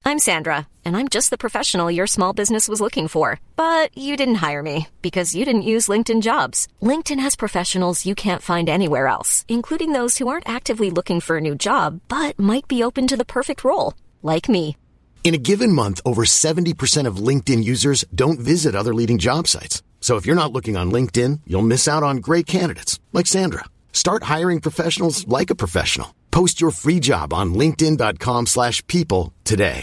I'm Sandra, and I'm just the professional your small business was looking for. But you didn't hire me because you didn't use LinkedIn Jobs. LinkedIn has professionals you can't find anywhere else, including those who aren't actively looking for a new job, but might be open to the perfect role, like me. In a given month, over 70% of LinkedIn users don't visit other leading job sites. So if you're not looking on LinkedIn, you'll miss out on great candidates like Sandra. Start hiring professionals like a professional. Post your free job on linkedin.com/people today.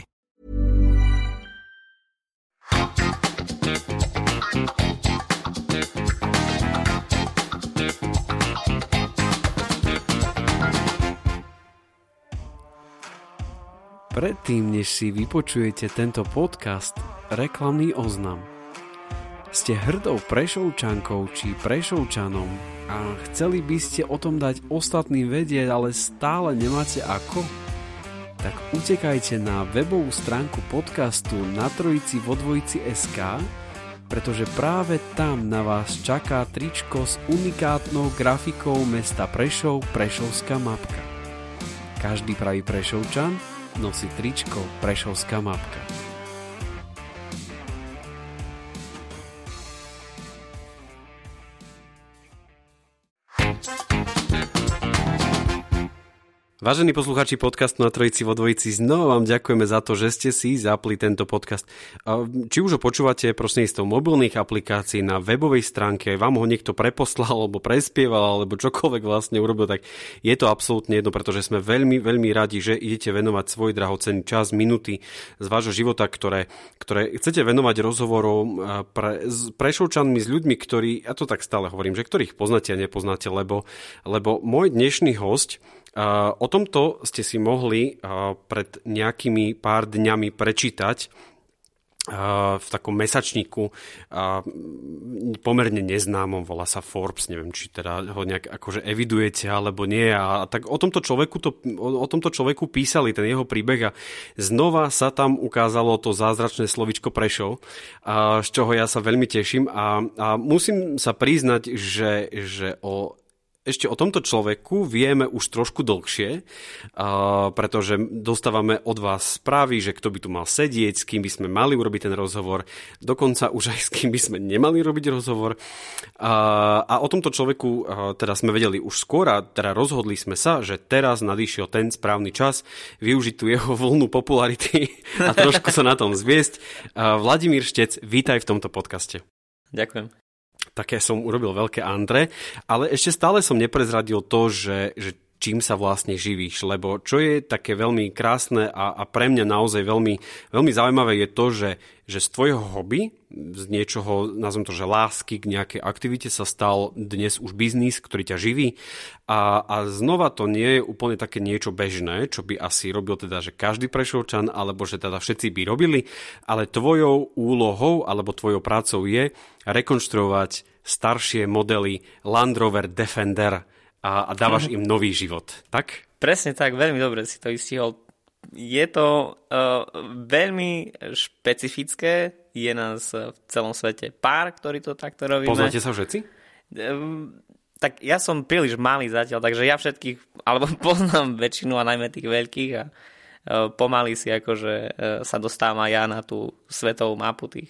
Predtým, než si vypočujete tento podcast, reklamný oznam. Ste hrdou Prešovčankou či Prešovčanom a chceli by ste o tom dať ostatným vedieť, ale stále nemáte ako? Tak utekajte na webovú stránku podcastu na trojici.sk, pretože práve tam na vás čaká tričko s unikátnou grafikou mesta Prešov, Prešovská mapka. Každý pravý Prešovčan nosí tričko Prešovská mapka. Vážení poslucháči podcastu Na trojici vo dvojici, znova vám ďakujeme za to, že ste si zapli tento podcast. Či už ho počúvate prostredníctvom mobilných aplikácií na webovej stránke, vám ho niekto preposlal, alebo prespieval, alebo čokoľvek vlastne urobil, tak je to absolútne jedno, pretože sme veľmi, veľmi radi, že idete venovať svoj drahocenný čas, minuty z vášho života, ktoré chcete venovať rozhovorom s Prešovčanmi, s ľuďmi, ktorí, ja to tak stále hovorím, že ktorých poznáte a nepoznáte, lebo môj dnešný hosť, o tomto ste si mohli pred nejakými pár dňami prečítať v takom mesačníku pomerne neznámom, volá sa Forbes, neviem, či teda ho nejak akože evidujete alebo nie. A tak o tomto človeku písali ten jeho príbeh a znova sa tam ukázalo to zázračné slovíčko Prešov, z čoho ja sa veľmi teším a musím sa priznať, že ešte o tomto človeku vieme už trošku dlhšie, pretože dostávame od vás správy, že kto by tu mal sedieť, s kým by sme mali urobiť ten rozhovor, dokonca už aj s kým by sme nemali robiť rozhovor. A o tomto človeku teda sme vedeli už skôr a teda rozhodli sme sa, že teraz nadišiel ten správny čas využiť tú jeho vlnu popularity a trošku sa na tom zviesť. Vladimír Štec, vítaj v tomto podcaste. Ďakujem. Také som urobil veľké Andre, ale ešte stále som neprezradil to, že čím sa vlastne živíš, lebo čo je také veľmi krásne a pre mňa naozaj veľmi, veľmi zaujímavé je to, že z tvojho hobby, z niečoho, nazvem to, že lásky k nejakej aktivite sa stal dnes už biznis, ktorý ťa živí a znova to nie je úplne také niečo bežné, čo by asi robil teda, že každý Prešovčan, alebo že teda všetci by robili, ale tvojou úlohou alebo tvojou prácou je rekonštruovať staršie modely Land Rover Defender a dávaš im nový život, tak? Presne tak, veľmi dobre si to vystihol. Je to veľmi špecifické, je nás v celom svete pár, ktorí to takto robíme. Poznáte sa všetci? Tak ja som príliš malý zatiaľ, takže ja všetkých, alebo poznám väčšinu a najmä tých veľkých a pomaly si akože sa dostávam aj ja na tú svetovú mapu tých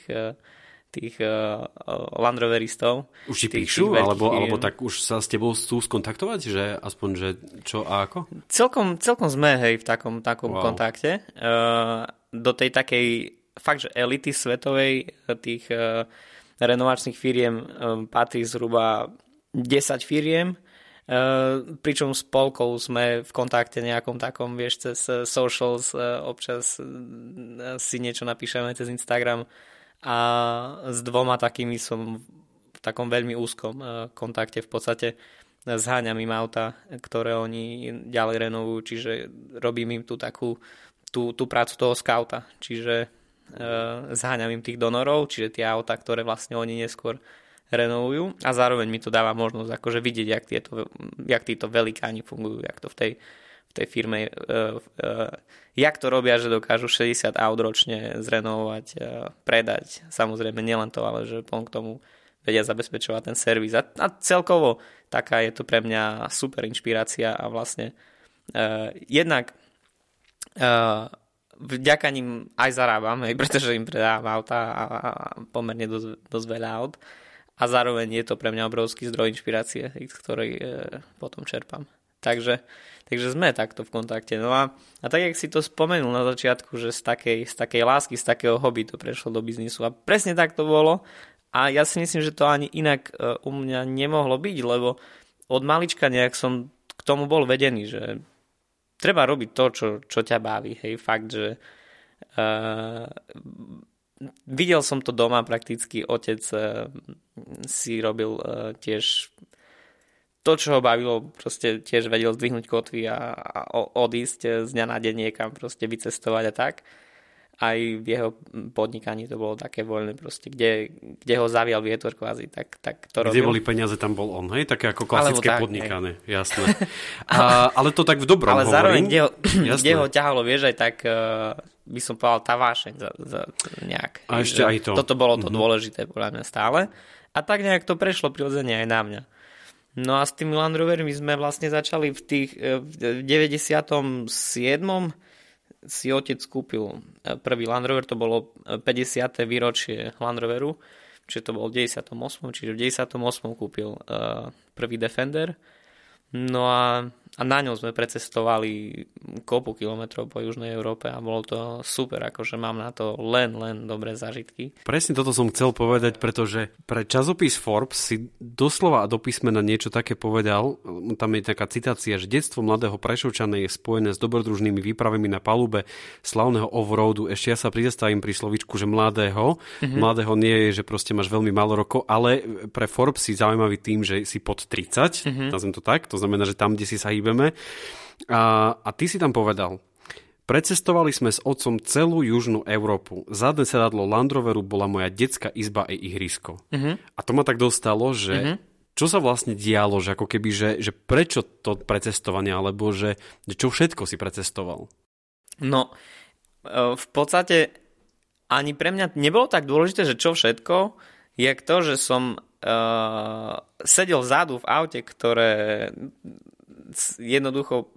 Land Roveristov. Už ti píšu? Alebo tak už sa s tebou chcú skontaktovať? Že aspoň, že čo a ako? Celkom sme, hej, v takom kontakte. Do tej takej fakt, že elity svetovej tých renovačných firiem patrí zhruba 10 firiem, pričom s polkou sme v kontakte nejakom takom, vieš, cez socials, občas si niečo napíšeme cez Instagram a s dvoma takými som v takom veľmi úzkom kontakte, v podstate zháňam im auta, ktoré oni ďalej renovujú, čiže robím im tú prácu toho skauta, čiže zháňam im tých donorov, čiže tie auta, ktoré vlastne oni neskôr renovujú a zároveň mi to dáva možnosť akože vidieť, jak títo velikáni fungujú, jak to v tej firme jak to robia, že dokážu 60 aut ročne zrenovovať, predať. Samozrejme nielen to, ale že k tomu vedia zabezpečovať ten servis. A celkovo taká je to pre mňa super inšpirácia a vlastne jednak vďaka ním aj zarábam, pretože im predávam auta a pomerne dosť veľa aut. A zároveň je to pre mňa obrovský zdroj inšpirácie, z ktorej potom čerpám. Takže sme takto v kontakte. No a tak, jak si to spomenul na začiatku, že z takej lásky, z takého hobby to prešlo do biznisu. A presne tak to bolo. A ja si myslím, že to ani inak u mňa nemohlo byť, lebo od malička nejak som k tomu bol vedený, že treba robiť to, čo ťa baví. Hej, fakt, že videl som to doma prakticky. Otec si robil tiež to, čo ho bavilo, proste tiež vedel zdvihnúť kotvy a odísť z dňa na deň niekam, proste vycestovať a tak. Aj v jeho podnikaní to bolo také voľné, proste, kde ho zavial vietor kvázi, tak to robil. Kde boli peniaze, tam bol on, hej? Také ako klasické podnikanie, jasné. Ale to tak v dobrom ale hovorím. Zároveň, kde ho ťahalo, vieš, aj tak by som povedal tá vášeň za nejak. A ešte aj to. Toto bolo to dôležité podľa mňa stále. A tak nejak to prešlo prirodzene aj na mňa. No a s tými Land Rovermi sme vlastne začali v 97. si otec kúpil prvý Land Rover, to bolo 50. výročie Land Roveru, čiže to bolo v 98. Čiže v 98. kúpil prvý Defender. No a na ňom sme precestovali kopu kilometrov po južnej Európe a bolo to super, akože mám na to len dobré zážitky. Presne toto som chcel povedať, pretože pre časopis Forbes si doslova a do písmena niečo také povedal. Tam je taká citácia, že detstvo mladého Prešovčana je spojené s dobrodružnými výpravami na palube slavného offroadu. Ešte ja sa prizastavím pri slovičku, že mladého. Mladého nie je, že proste máš veľmi málo rokov, ale pre Forbes si zaujímavý tým, že si pod 30, nazvem to tak, to znamená, že tam, kde si sa hýbeme. A ty si tam povedal, precestovali sme s otcom celú južnú Európu. Zadné sedadlo Land Roveru bola moja detská izba a ihrisko. A to ma tak dostalo, že čo sa vlastne dialo, že ako keby, že prečo to precestovanie, alebo že čo všetko si precestoval? No, v podstate ani pre mňa nebolo tak dôležité, že čo všetko, je to, že som sedel vzadu v aute, ktoré jednoducho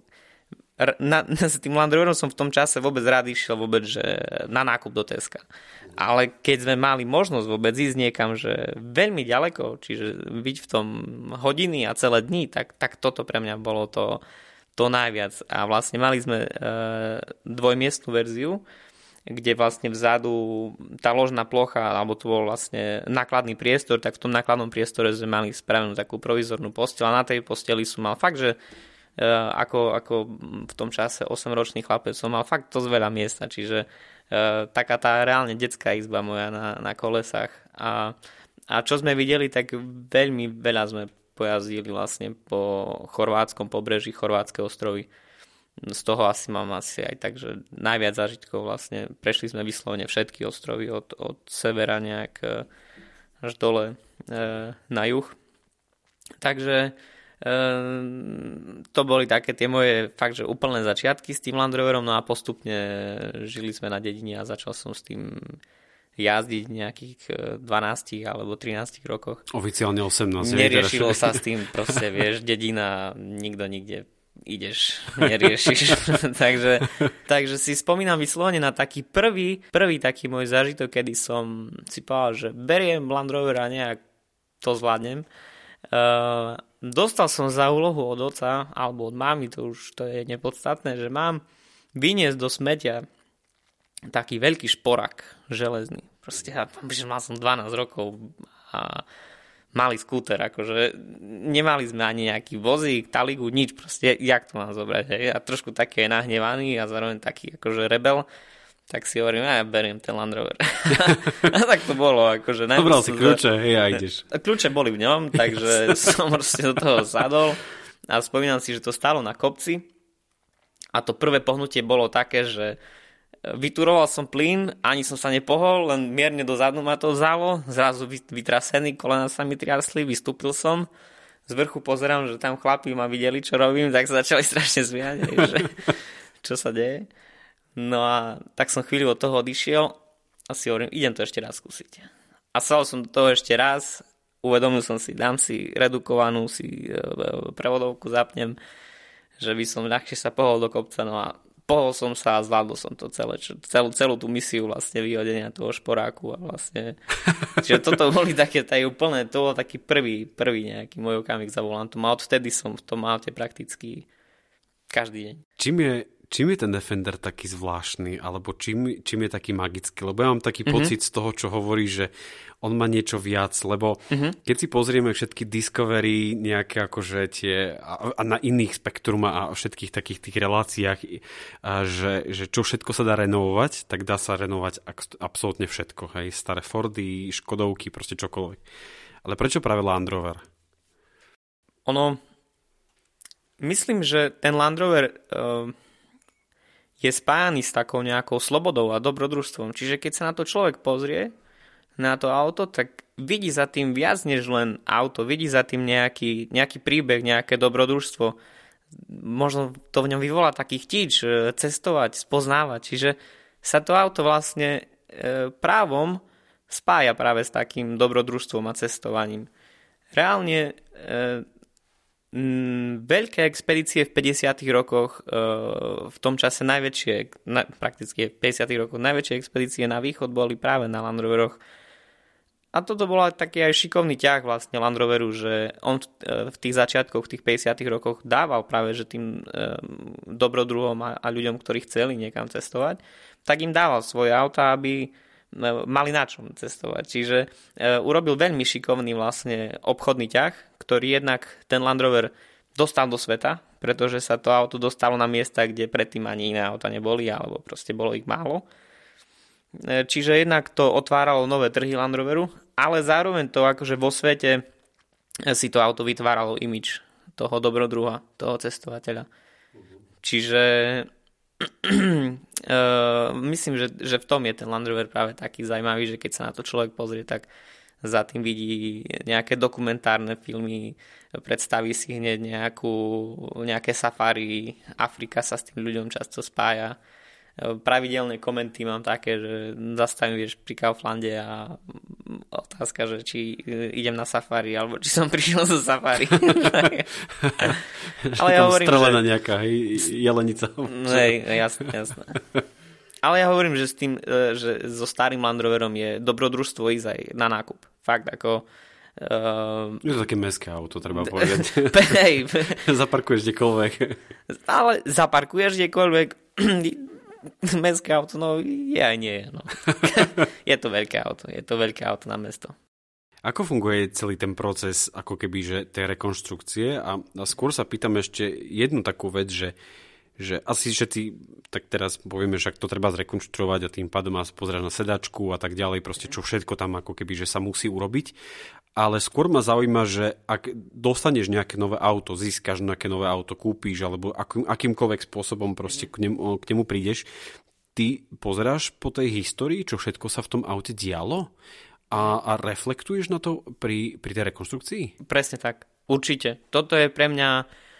s tým Land Roverom som v tom čase vôbec rád išiel vôbec, že na nákup do Teska. Ale keď sme mali možnosť vôbec ísť niekam, že veľmi ďaleko, čiže byť v tom hodiny a celé dní, tak toto pre mňa bolo to najviac. A vlastne mali sme dvojmiestnú verziu, kde vlastne vzadu tá ložná plocha, alebo to bol vlastne nákladný priestor, tak v tom nákladnom priestore sme mali spravenú takú provizornú posteľ a na tej posteli som mal fakt, že ako v tom čase 8-ročný chlapec som mal fakt dosť veľa miesta, čiže taká tá reálne detská izba moja na kolesách a čo sme videli, tak veľmi veľa sme pojazdili vlastne po chorvátskom pobreží, chorvátske ostrovy. Z toho asi mám aj tak, že najviac zážitkov vlastne prešli sme vyslovene všetky ostrovy od severa nejak až dole na juh. Takže to boli také tie moje fakt, že úplné začiatky s tým Land Roverom, no a postupne žili sme na dedine a začal som s tým jazdiť v nejakých 12 alebo 13 rokoch. Oficiálne 18. Neriešilo sa s tým, proste vieš, dedina, nikto nikde ideš, neriešiš. takže si spomínam vyslovene na taký prvý taký môj zážitok, kedy som si povedal, že beriem Land Rover a nejak to zvládnem. Dostal som za úlohu od oca alebo od mamy, to je nepodstatné, že mám vyniesť do smetia taký veľký šporak železný. Proste mal som 12 rokov a malý skúter, akože nemali sme ani nejaký vozík, taligu, nič, proste jak to mám zobrať, hej? A trošku taký nahnevaný a zároveň taký akože rebel, tak si hovorím, ja beriem ten Land Rover. A tak to bolo, akože... Dobral si kľúče, hej, a ideš. Kľúče boli v ňom, takže som proste do toho sadol a spomínam si, že to stálo na kopci a to prvé pohnutie bolo také, že vyturoval som plyn, ani som sa nepohol, len mierne dozadu ma to vzalo, zrazu vytrasený, kolena sa mi triasli, vystúpil som, z vrchu pozerám, že tam chlapi ma videli, čo robím, tak sa začali strašne smiať, že čo sa deje. No a tak som chvíľu od toho odišiel a si hovorím, idem to ešte raz skúsiť. A stalo som do toho ešte raz, uvedomil som si, dám si redukovanú, si prevodovku zapnem, že by som ľahšie sa pohol do kopca, no a pohol som sa a zvládol som to celú tú misiu vlastne vyhodenia toho šporáku a vlastne, čiže toto boli také úplné, to bol taký prvý nejaký môj okamih za volantom a odvtedy som v tom aute prakticky každý deň. Čím je ten Defender taký zvláštny, alebo čím je taký magický? Lebo ja mám taký pocit z toho, čo hovorí, že on má niečo viac, lebo keď si pozrieme všetky Discovery, nejaké akože tie, a na iných Spektrum a všetkých takých tých reláciách, že čo všetko sa dá renovovať, tak dá sa renovovať absolútne všetko. Hej? Staré Fordy, Škodovky, proste čokoľvek. Ale prečo práve Land Rover? Myslím, že ten Land Rover je spájaný s takou nejakou slobodou a dobrodružstvom. Čiže keď sa na to človek pozrie, na to auto, tak vidí za tým viac než len auto. Vidí za tým nejaký príbeh, nejaké dobrodružstvo. Možno to v ňom vyvolá taký chtíč cestovať, spoznávať. Čiže sa to auto vlastne právom spája práve s takým dobrodružstvom a cestovaním. Reálne veľké expedície v 50. rokoch, v tom čase prakticky v 50. rokoch najväčšie expedície na východ boli práve na Land Roveroch. A toto bol taký aj šikovný ťah vlastne Land Roveru, že on v tých začiatkoch, v tých 50. rokoch dával práve, že tým dobrodruhom a ľuďom, ktorí chceli niekam cestovať, tak im dával svoje auta, aby mali na čom cestovať. Čiže urobil veľmi šikovný vlastne obchodný ťah, ktorý jednak ten Land Rover dostal do sveta, pretože sa to auto dostalo na miesta, kde predtým ani iné auta neboli, alebo proste bolo ich málo. Čiže jednak to otváralo nové trhy Land Roveru, ale zároveň to akože vo svete si to auto vytváralo imidž toho dobrodruha, toho cestovateľa. Čiže myslím, že v tom je ten Land Rover práve taký zaujímavý, že keď sa na to človek pozrie, tak za tým vidí nejaké dokumentárne filmy, predstaví si hneď nejaké safari, Afrika sa s tým ľuďom často spája. Pravidelné komenty mám také, že zastavím, pri Kauflande a otázka, že či idem na safari, alebo či som prišiel zo safari. Ale ja hovorím, strelená nejaká jelenica. Jasné. Ale ja hovorím, že s tým, že so starým Land Roverom je dobrodružstvo ísť aj na nákup. Fakt, ako... Je to také mestské auto, treba povedať. Zaparkuješ kdekoľvek. Ale zaparkuješ kdekoľvek. Mestské auto, no je aj nie. No. Je to veľké auto na mesto. Ako funguje celý ten proces, ako keby, že tej rekonštrukcie? A skôr sa pýtam ešte jednu takú vec, že asi všetci, tak teraz povieme, že to treba zrekonštruovať a tým pádom pozrieš na sedačku a tak ďalej, proste čo všetko tam ako keby, že sa musí urobiť. Ale skôr ma zaujíma, že ak dostaneš nejaké nové auto, získaš nejaké nové auto, kúpíš alebo akýmkoľvek spôsobom proste k nemu prídeš, ty pozeráš po tej histórii, čo všetko sa v tom aute dialo a reflektuješ na to pri tej rekonštrukcii? Presne tak, určite. Toto je pre mňa...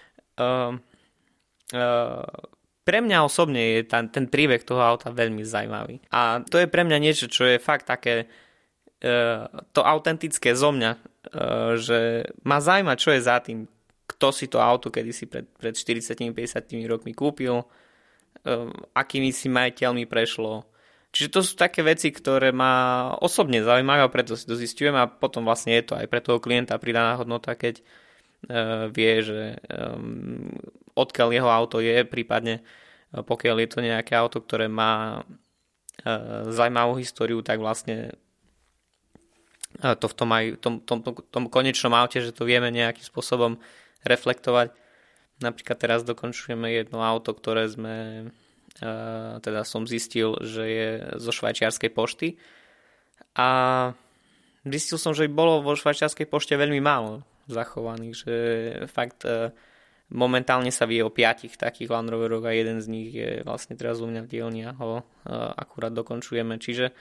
Pre mňa osobne je ten príbeh toho auta veľmi zaujímavý. A to je pre mňa niečo, čo je fakt také to autentické zo mňa, že ma zaujíma, čo je za tým, kto si to auto kedysi pred 40-50 rokmi kúpil, akými si majiteľmi prešlo. Čiže to sú také veci, ktoré ma osobne zaujímajú a preto si to zistujem a potom vlastne je to aj pre toho klienta pridaná hodnota, keď vie, že odkiaľ jeho auto je, prípadne pokiaľ je to nejaké auto, ktoré má zaujímavú históriu, tak vlastne to v tom konečnom aute, že to vieme nejakým spôsobom reflektovať. Napríklad teraz dokončujeme jedno auto, ktoré teda som zistil, že je zo švajčiarskej pošty a zistil som, že bolo vo švajčiarskej pošte veľmi málo zachovaných, že fakt momentálne sa vie o 5 takých Land Roveroch a jeden z nich je vlastne teraz u mňa v dielni a ho akurát dokončujeme. Čiže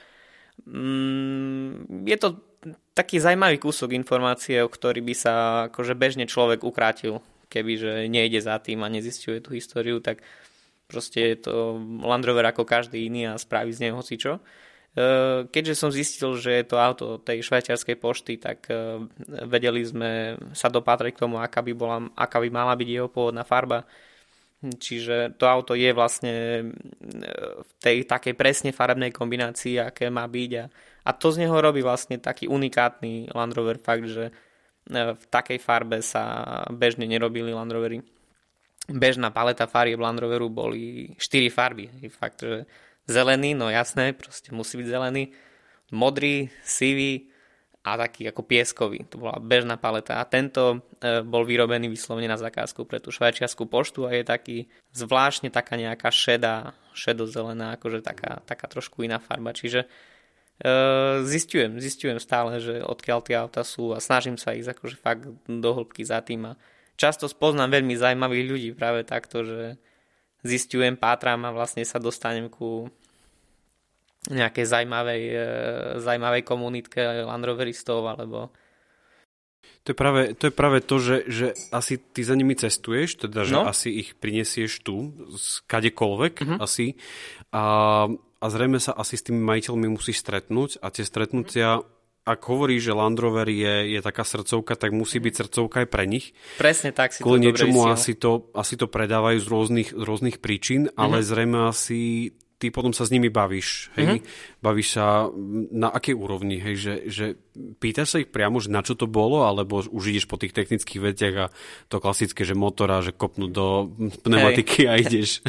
je to taký zaujímavý kúsok informácie, o ktorý by sa akože bežne človek ukrátil, kebyže nejde za tým a nezisťuje tú históriu, tak proste je to Land Rover ako každý iný a spraví z neho hocičo. Keďže som zistil, že je to auto tej švajčiarskej pošty, tak vedeli sme sa dopatrať k tomu, aká by mala byť jeho pôvodná farba. Čiže to auto je vlastne v tej takej presne farebnej kombinácii, aké má byť a to z neho robí vlastne taký unikátny Land Rover, fakt, že v takej farbe sa bežne nerobili Land Rovery. Bežná paleta farieb Land Roveru boli 4 farby. Fakt, že zelený, no jasné, proste musí byť zelený, modrý, sivý a taký ako pieskový. To bola bežná paleta. A tento bol vyrobený vyslovene na zakázku pre tú švajčiarsku poštu a je taký zvláštne taká nejaká šedozelená, akože taká trošku iná farba. Čiže zistujem stále, že odkiaľ tie auta sú a snažím sa ísť akože fakt do hĺbky za tým a často spoznám veľmi zaujímavých ľudí práve takto, že zistujem, pátram a vlastne sa dostanem ku nejakej zaujímavej komunitke Land Roveristov alebo... To je práve to, že asi ty za nimi cestuješ, teda že asi ich prinesieš tu, kadekoľvek asi a zrejme sa asi s tými majiteľmi musíš stretnúť a tie stretnutia, ak hovoríš, že Land Rover je taká srdcovka, tak musí byť srdcovka aj pre nich. Presne tak si kvôli to dobre niečomu vysiel. asi to predávajú z rôznych príčin, ale zrejme asi ty potom sa s nimi bavíš, hej? Bavíš sa na akej úrovni, hej? Že pýtaš sa ich priamo, že na čo to bolo, alebo už ideš po tých technických veciach a to klasické, že motora, že kopnú do pneumatiky a ideš.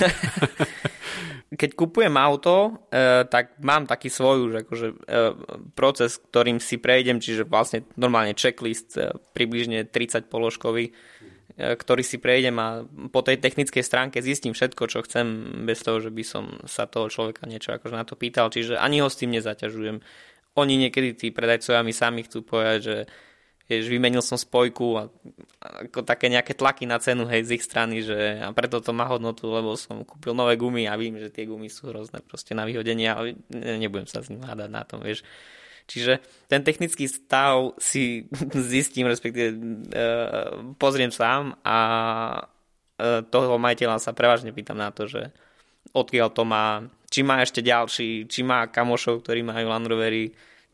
Keď kupujem auto, tak mám taký svoj už akože, proces, ktorým si prejdem, čiže vlastne normálne checklist približne 30 položkový, ktorý si prejdem a po tej technickej stránke zistím všetko, čo chcem, bez toho, že by som sa toho človeka niečo akože na to pýtal, čiže ani ho s tým nezaťažujem. Oni niekedy tí predajcovia mi sami chcú povedať, že vymenil som spojku a ako také nejaké tlaky na cenu, hej, z ich strany, že a preto to má hodnotu, lebo som kúpil nové gumy a vím, že tie gumy sú hrozné proste na vyhodenie, ale nebudem sa s ním hádať na tom, vieš. Čiže ten technický stav si zistím, respektíve pozriem sám a toho majiteľa sa prevažne pýtam na to, že odkiaľ to má, či má ešte ďalší, či má kamošov, ktorí majú Land Rovery,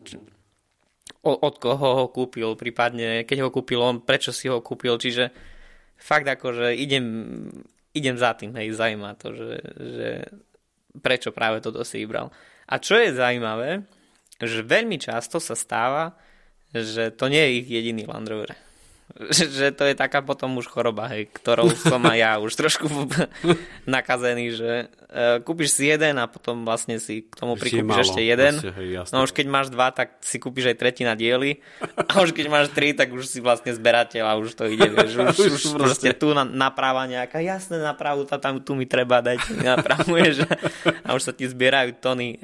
od koho ho kúpil, prípadne keď ho kúpil on, prečo si ho kúpil, čiže fakt akože idem za tým, hej, zaujíma to, že prečo práve toto si vybral. A čo je zaujímavé, že veľmi často sa stáva, že to nie je ich jediný Land Rover. Že to je taká potom už choroba, hej, ktorou som aj ja už trošku nakazený, že kúpiš si jeden a potom vlastne si k tomu prikúpiš ešte jeden. Proste, hej, no už keď máš dva, tak si kúpiš aj tretí na diely. A už keď máš tri, tak už si vlastne zberateľ a už to ide, vieš. Už proste tu naprava nejaká, jasné, napravu, tu mi treba dať, napravuješ. A už sa ti zbierajú tony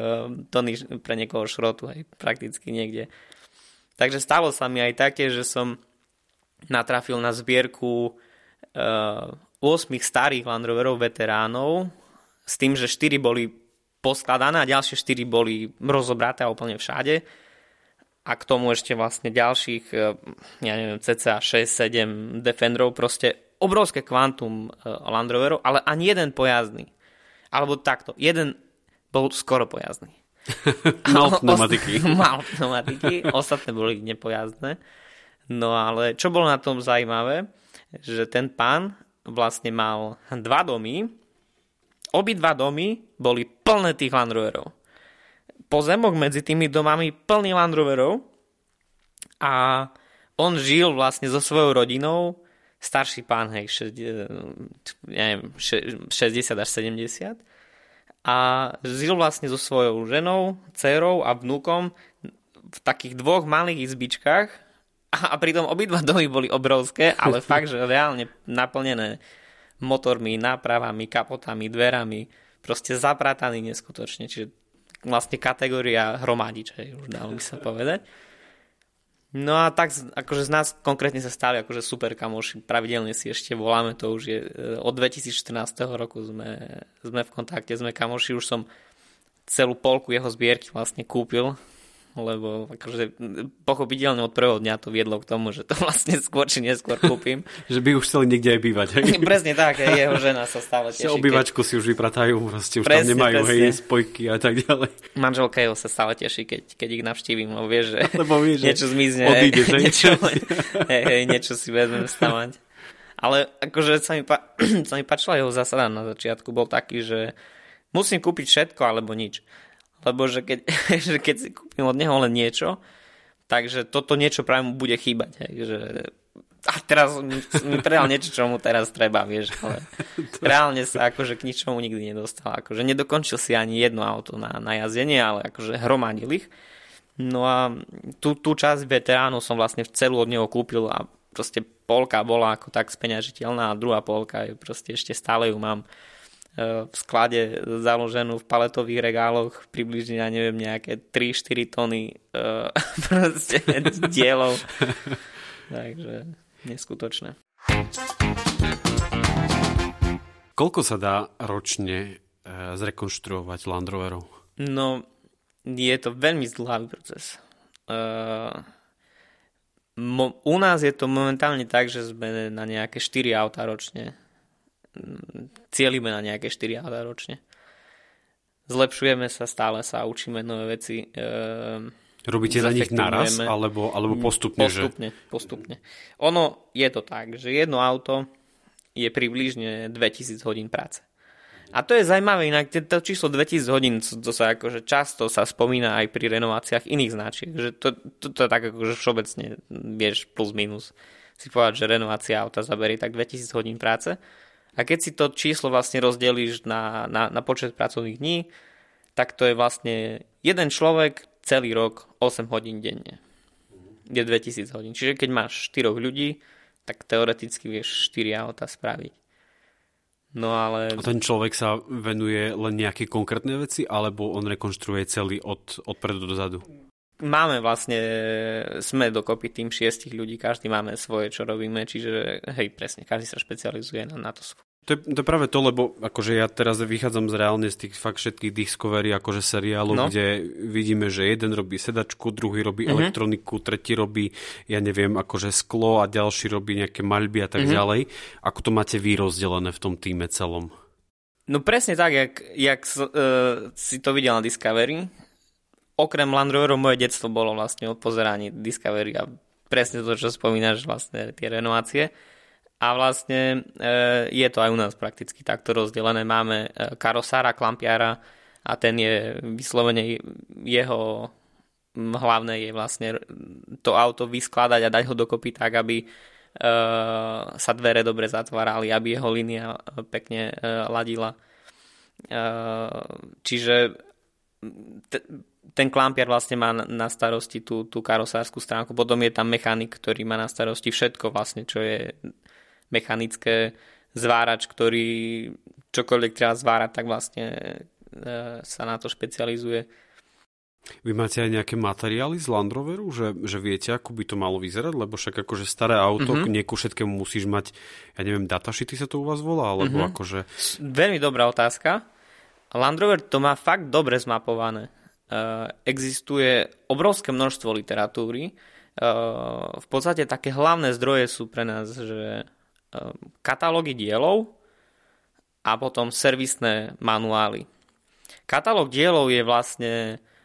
pre niekoho šrotu, hej, prakticky niekde. Takže stalo sa mi aj také, že som natrafil na zbierku 8 starých Land Roverov veteránov s tým, že 4 boli poskladané a ďalšie 4 boli rozobraté úplne všade a k tomu ešte vlastne ďalších ja neviem, cca 6-7 Defenderov, proste obrovské kvantum Land Roverov, ale ani jeden pojazdný. Alebo takto, jeden bol skoro pojazdný. Mal pneumatiky, ostatné boli nepojazdné. No ale čo bolo na tom zaujímavé, že ten pán vlastne mal 2 domy, obidva domy boli plné tých Land Roverov. Pozemok medzi tými domami plný Land Roverov a on žil vlastne so svojou rodinou, starší pán, hej, 60 až 70 a žil vlastne so svojou ženou, dcérou a vnúkom v takých 2 malých izbičkách. A pritom obidva domy boli obrovské, ale fakt, že reálne naplnené motormi, nápravami, kapotami, dverami, proste zaprataný neskutočne. Čiže vlastne kategória hromadiče, už dalo by sa povedať. No a tak, akože z nás konkrétne sa stali akože super kamoši, pravidelne si ešte voláme, to už je od 2014 roku sme v kontakte, sme kamoši, už som celú polku jeho zbierky vlastne kúpil, lebo akože pochopiteľne od prvého dňa to viedlo k tomu, že to vlastne skôr či neskôr kúpim. Že by už chceli niekde aj bývať. Hej? Presne tak, jeho žena sa stále teší. Obývačku si už vypratajú, proste už presne, tam nemajú hej, spojky a tak ďalej. Manželka jeho sa stále teší, keď ich navštívim, lebo vie, že niečo zmizne. Odídeš, niečo si vezmem stavať. Ale akože sa mi páčila jeho zásada na začiatku, bol taký, že musím kúpiť všetko alebo nič. Lebo že keď si kúpim od neho len niečo, takže toto niečo práve mu bude chýbať. Hej, že a teraz mi predal niečo, čo mu teraz treba, vieš, ale reálne sa akože k ničomu nikdy nedostal. Akože nedokončil si ani jedno auto na jazdenie, ale akože hromadil ich. No a tú časť veteránov som vlastne celú od neho kúpil a proste polka bola ako tak speňažiteľná a druhá polka je proste ešte stále ju mám v sklade založenú v paletových regáloch približne, ja neviem, nejaké 3-4 tony proste dielov. Takže neskutočné. Koľko sa dá ročne zrekonštruovať Land Roverov? No, je to veľmi zdĺhavý proces. U nás je to momentálne tak, že sme na nejaké 4 autá ročne. Cielime na nejaké 4 autá ročne. Zlepšujeme sa, stále sa učíme nové veci. Robíte na nich naraz, alebo postupne? Postupne. Ono je to tak, že jedno auto je približne 2000 hodín práce. A to je zaujímavé, inak to číslo 2000 hodín, to sa akože často sa spomína aj pri renováciách iných značiek, že to je tak akože všeobecne, vieš, plus minus si povedať, že renovácia auta zaberie tak 2000 hodín práce. A keď si to číslo vlastne rozdelíš na počet pracovných dní, tak to je vlastne jeden človek celý rok 8 hodín denne. Je 2000 hodín. Čiže keď máš 4 ľudí, tak teoreticky vieš 4 auta spraviť. No ale... A ten človek sa venuje len nejaké konkrétne veci, alebo on rekonštruuje celý od predu do zadu? Máme vlastne, sme dokopy tým 6 ľudí, každý máme svoje, čo robíme, čiže hej, presne, každý sa špecializuje na to. To je práve to, lebo akože ja teraz vychádzam reálne z tých fakt všetkých Discovery akože seriálov, kde vidíme, že jeden robí sedačku, druhý robí elektroniku, tretí robí, ja neviem, akože sklo a ďalší robí nejaké maľby a tak ďalej. Ako to máte vy rozdelené v tom týme celom? No presne tak, jak si to videl na Discovery. Okrem Land Roverov moje detstvo bolo vlastne o pozeraní Discovery a presne to, čo spomínaš, vlastne tie renovácie. A vlastne je to aj u nás prakticky takto rozdelené. Máme karosára, klampiara a ten je vyslovene jeho hlavné je vlastne to auto vyskladať a dať ho dokopy tak, aby sa dvere dobre zatvárali, aby jeho línia pekne ladila. Čiže ten klampiar vlastne má na starosti tú karosárskú stránku. Potom je tam mechanik, ktorý má na starosti všetko vlastne, čo je mechanické, zvárač, ktorý čokoľvek treba zvárať, tak vlastne sa na to špecializuje. Vy máte aj nejaké materiály z Land Roveru, že viete, ako by to malo vyzerať? Lebo však akože staré auto, nie ku všetkému musíš mať, ja neviem, datasheety sa to u vás volá? Alebo akože... Veľmi dobrá otázka. Land Rover to má fakt dobre zmapované. Existuje obrovské množstvo literatúry. V podstate také hlavné zdroje sú pre nás, že katalógy dielov a potom servisné manuály. Katalóg dielov je vlastne,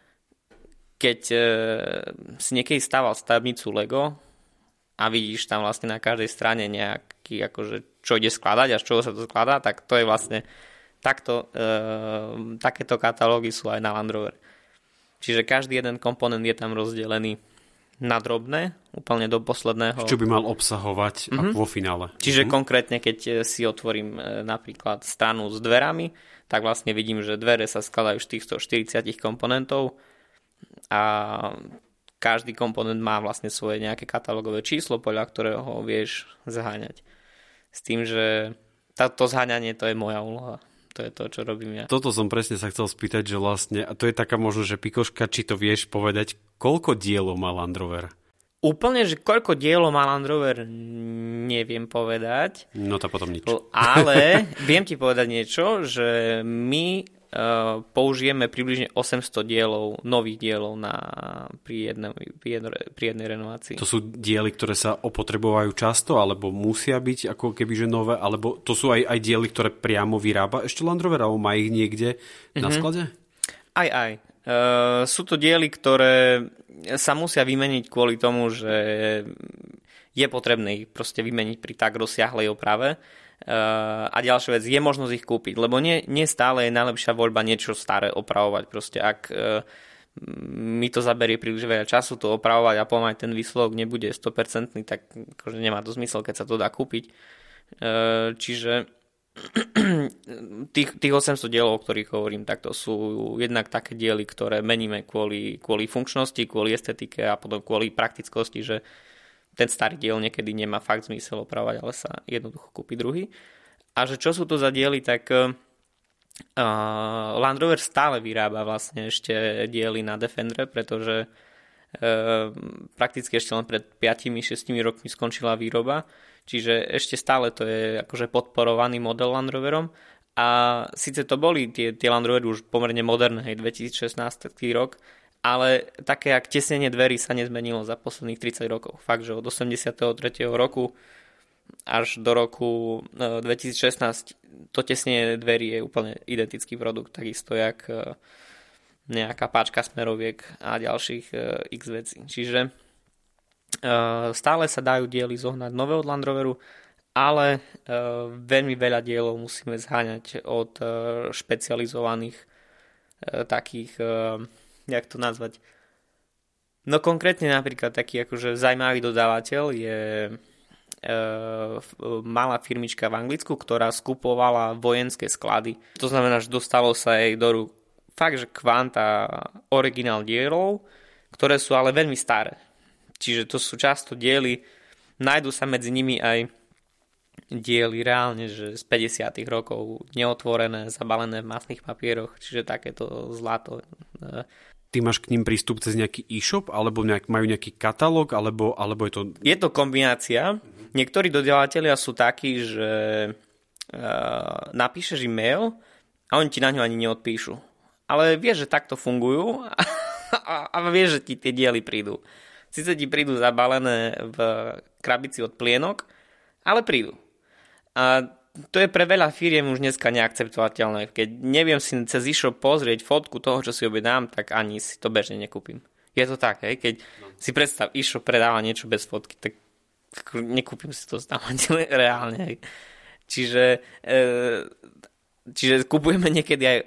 keď si niekedy stával stavebnicu Lego a vidíš tam vlastne na každej strane nejaký, akože, čo ide skladať a z čoho sa to skladá, tak to je vlastne takto, takéto katalógy sú aj na Land Rover. Čiže každý jeden komponent je tam rozdelený na drobné, úplne do posledného. Čo by mal obsahovať vo finále. Čiže konkrétne, keď si otvorím napríklad stranu s dverami, tak vlastne vidím, že dvere sa skladajú z týchto 40 komponentov a každý komponent má vlastne svoje nejaké katalógové číslo, podľa ktorého vieš zháňať. S tým, že to zháňanie, to je moja úloha. To je to, čo robím ja. Toto som presne sa chcel spýtať, že vlastne, a to je taká možno, že pikoška, či to vieš povedať, koľko dielov má Land Rover? Úplne, že koľko dielov má Land Rover, neviem povedať. No to potom nič. Ale viem ti povedať niečo, že my použijeme približne 800 dielov, nových dielov pri jednej renovácii. To sú diely, ktoré sa opotrebovajú často, alebo musia byť ako kebyže nové, alebo to sú aj diely, ktoré priamo vyrába ešte Land Rover, alebo má ich niekde na sklade? Aj. Sú to diely, ktoré sa musia vymeniť kvôli tomu, že je potrebné ich proste vymeniť pri tak rozsiahlej oprave. A ďalšia vec, je možnosť ich kúpiť, lebo nie stále je najlepšia voľba niečo staré opravovať. Proste ak mi to zaberie príliš veľa času to opravovať a potom aj ten výsledok nebude 100%, tak akože nemá to zmysel, keď sa to dá kúpiť. Čiže tých 800 dielov, o ktorých hovorím, tak to sú jednak také diely, ktoré meníme kvôli funkčnosti, kvôli estetike a potom kvôli praktickosti, že ten starý diel niekedy nemá fakt zmysel opravovať, ale sa jednoducho kúpi druhý. A že čo sú to za diely, tak Land Rover stále vyrába vlastne ešte diely na Defendre, pretože prakticky ešte len pred 5-6 rokmi skončila výroba, čiže ešte stále to je akože podporovaný model Land Roverom a síce to boli tie Land Rovery už pomerne moderné, hej, 2016 rok, ale také jak tesnenie dverí sa nezmenilo za posledných 30 rokov. Fakt, že od 83. roku až do roku 2016 to tesnenie dverí je úplne identický produkt, takisto jak nejaká páčka smeroviek a ďalších x vecí. Čiže stále sa dajú diely zohnať nové od Land Roveru, ale veľmi veľa dielov musíme zháňať od špecializovaných takých, jak to nazvať, no konkrétne napríklad taký akože zaujímavý dodávateľ je malá firmička v Anglicku, ktorá skupovala vojenské sklady. To znamená, že dostalo sa jej do rúk fakt, že kvanta originál dielov, ktoré sú ale veľmi staré. Čiže to sú často diely, nájdú sa medzi nimi aj diely reálne, že z 50. rokov neotvorené, zabalené v masných papieroch, čiže takéto zlato. Ty máš k ním prístup cez nejaký e-shop, alebo majú nejaký katalóg, alebo je to... Je to kombinácia. Niektorí dodávateľia sú takí, že napíšeš e-mail a oni ti na ňu ani neodpíšu. Ale vieš, že takto fungujú a vieš, že ti tie diely prídu. Sice ti prídu zabalené v krabici od plienok, ale prídu. A to je pre veľa firiem už dneska neakceptovateľné. Keď neviem si cez e-shop pozrieť fotku toho, čo si objednám, tak ani si to bežne nekúpim. Je to tak, hej? Keď si predstav, e-shop predáva niečo bez fotky, tak nekúpim si to tam reálne. Hej. Čiže kupujeme niekedy aj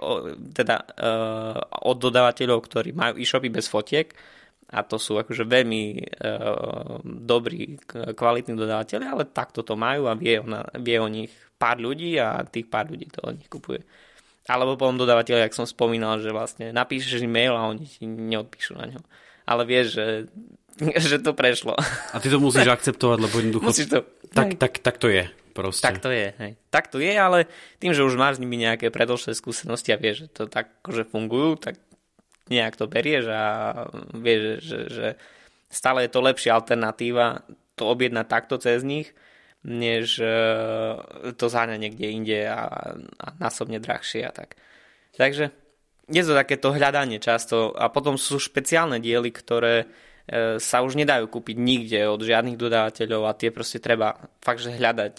od dodávateľov, ktorí majú e-shopy bez fotiek a to sú akože veľmi dobrí, kvalitní dodávateľi, ale takto to majú a vie o nich pár ľudí a tých pár ľudí to od nich kupuje. Alebo potom dodávateľ, jak som spomínal, že vlastne napíšeš e-mail a oni ti neodpíšu na ňo. Ale vieš, že to prešlo. A ty to musíš akceptovať, lebo jednoducho... Musíš to... Tak to je. Proste. Tak to je, hej. Tak to je, ale tým, že už máš s nimi nejaké predlžšie skúsenosti a vieš, že to tak akože fungujú, tak nejak to berieš a vieš, že stále je to lepšia alternatíva to objednať takto cez nich, než to zháňať niekde inde a násobne drahšie a tak. Takže je to takéto hľadanie často a potom sú špeciálne diely, ktoré sa už nedajú kúpiť nikde od žiadnych dodávateľov a tie proste treba fakt, že hľadať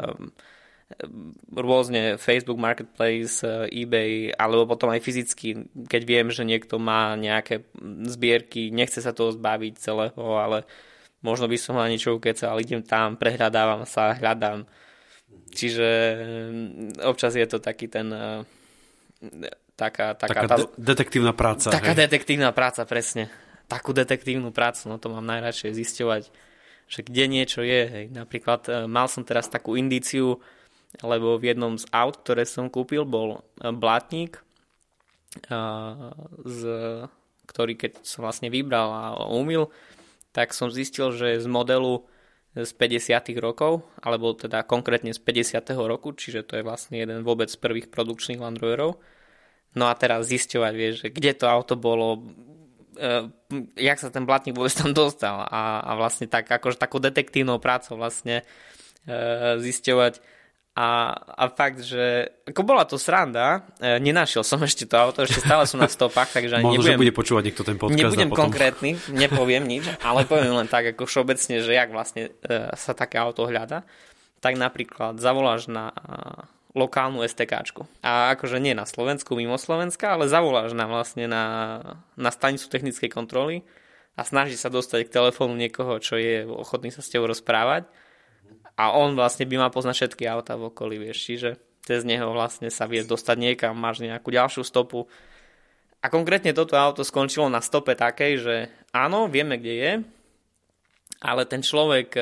rôzne Facebook Marketplace, eBay, alebo potom aj fyzicky, keď viem, že niekto má nejaké zbierky, nechce sa toho zbaviť celého, ale možno by som na niečo ukecal, idem tam, prehľadávam sa, hľadám. Čiže občas je to taký ten taká detektívna práca. Taká detektívna práca, presne. Takú detektívnu prácu, no to mám najradšej zisťovať, že kde niečo je. Hej. Napríklad mal som teraz takú indíciu, lebo v jednom z aut, ktoré som kúpil, bol blátnik, ktorý keď som vlastne vybral a umyl, tak som zistil, že z modelu z 50. rokov, alebo teda konkrétne z 50. roku, čiže to je vlastne jeden vôbec z prvých produkčných Land Roverov. No a teraz zisťovať, vieš, že kde to auto bolo, jak sa ten blatník vôbec tam dostal a vlastne tak, akože takou detektívnou prácou vlastne zisťovať a fakt, že ako bola to sranda, nenašiel som ešte to auto, ešte stále sú na stopách, takže ani možno, že bude počúvať niekto ten podcast. Nebudem konkrétny, nepoviem nič, ale poviem len tak ako všeobecne, že jak vlastne sa také auto hľada, tak napríklad zavoláš na lokálnu STKčku. A akože nie na Slovensku, mimo Slovenska, ale zavoláš nám vlastne na stanicu technickej kontroly a snaží sa dostať k telefónu niekoho, čo je ochotný sa s tebou rozprávať a on vlastne by mal poznať všetky autá v okolí, vieš, čiže cez neho vlastne sa vieš dostať niekam, máš nejakú ďalšiu stopu. A konkrétne toto auto skončilo na stope takej, že áno, vieme, kde je, ale ten človek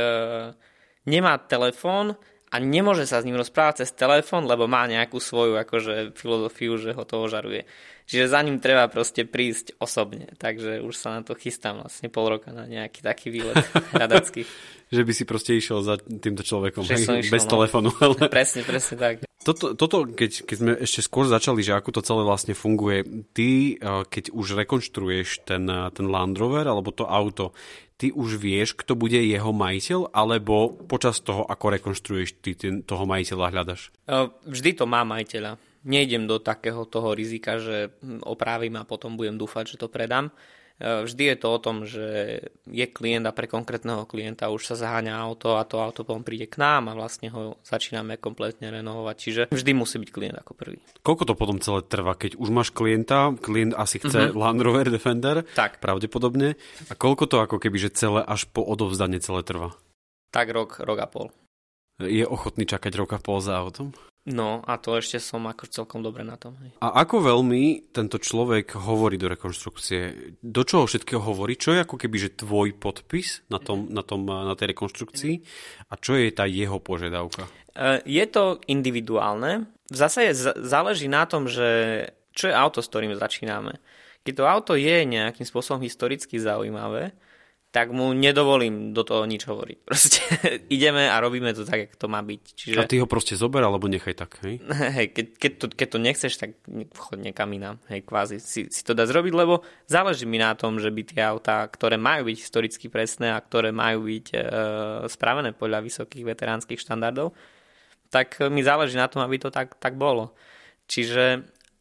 nemá telefón a nemôže sa s ním rozprávať cez telefón, lebo má nejakú svoju akože filozofiu, že ho to ožaruje. Čiže za ním treba proste prísť osobne. Takže už sa na to chystám vlastne pol roka na nejaký taký výlet hľadacký. Že by si proste išiel za týmto človekom, bez telefónu. Ale... Presne tak. Toto keď sme ešte skôr začali, že ako to celé vlastne funguje, ty, keď už rekonštruuješ ten Land Rover alebo to auto, ty už vieš, kto bude jeho majiteľ, alebo počas toho, ako rekonštruuješ, ty toho majiteľa hľadaš? Vždy to má majiteľa. Nejdem do takého toho rizika, že opravím a potom budem dúfať, že to predám. Vždy je to o tom, že je klient a pre konkrétneho klienta už sa zaháňa auto a to auto potom príde k nám a vlastne ho začíname kompletne renovovať. Čiže vždy musí byť klient ako prvý. Koľko to potom celé trvá, keď už máš klienta, klient asi chce Land Rover Defender, tak pravdepodobne. A koľko to ako keby, že celé až po odovzdanie celé trvá? Tak rok a pol. Je ochotný čakať roka a pol za autom? No a to ešte som ako celkom dobre na tom. Hej. A ako veľmi tento človek hovorí do rekonštrukcie? Do čoho všetkého hovorí? Čo je ako keby, že tvoj podpis na tej rekonštrukcii a čo je tá jeho požiadavka? Je to individuálne. V zásade záleží na tom, že čo je auto, s ktorým začíname. Keď to auto je nejakým spôsobom historicky zaujímavé, tak mu nedovolím do toho nič hovoriť. Proste ideme a robíme to tak, jak to má byť. Čiže... A ty ho proste zober, alebo nechaj tak, hej? Hej, keď to nechceš, tak chod niekam inám. Hej, kvázi si to dá zrobiť, lebo záleží mi na tom, že by tie autá, ktoré majú byť historicky presné a ktoré majú byť spravené podľa vysokých veteránskych štandardov, tak mi záleží na tom, aby to tak bolo. Čiže,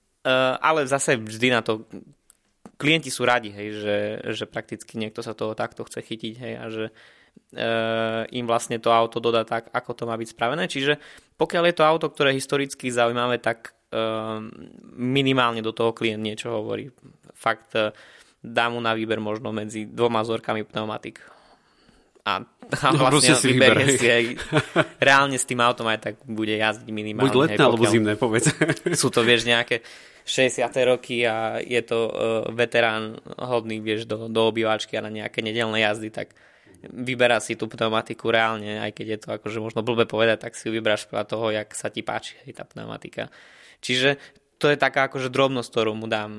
ale zase vždy na to klienti sú radi, hej, že prakticky niekto sa toho takto chce chytiť, hej, a že im vlastne to auto dodá tak, ako to má byť spravené. Čiže pokiaľ je to auto, ktoré je historicky zaujímavé, tak minimálne do toho klient niečo hovorí. Fakt dá mu na výber možno medzi 2 vzorkami pneumatik. A vlastne vyberie si aj reálne s tým autom aj tak bude jazdiť minimálne. Buď letné alebo zimné, povedz. Sú to, vieš, nejaké 60. roky a je to veterán hodný, vieš, do obývačky a na nejaké nedeľné jazdy, tak vyberá si tú pneumatiku reálne, aj keď je to akože možno blbé povedať, tak si ju vyberáš podľa toho, jak sa ti páči tá pneumatika. Čiže to je taká akože drobnosť, ktorú mu dám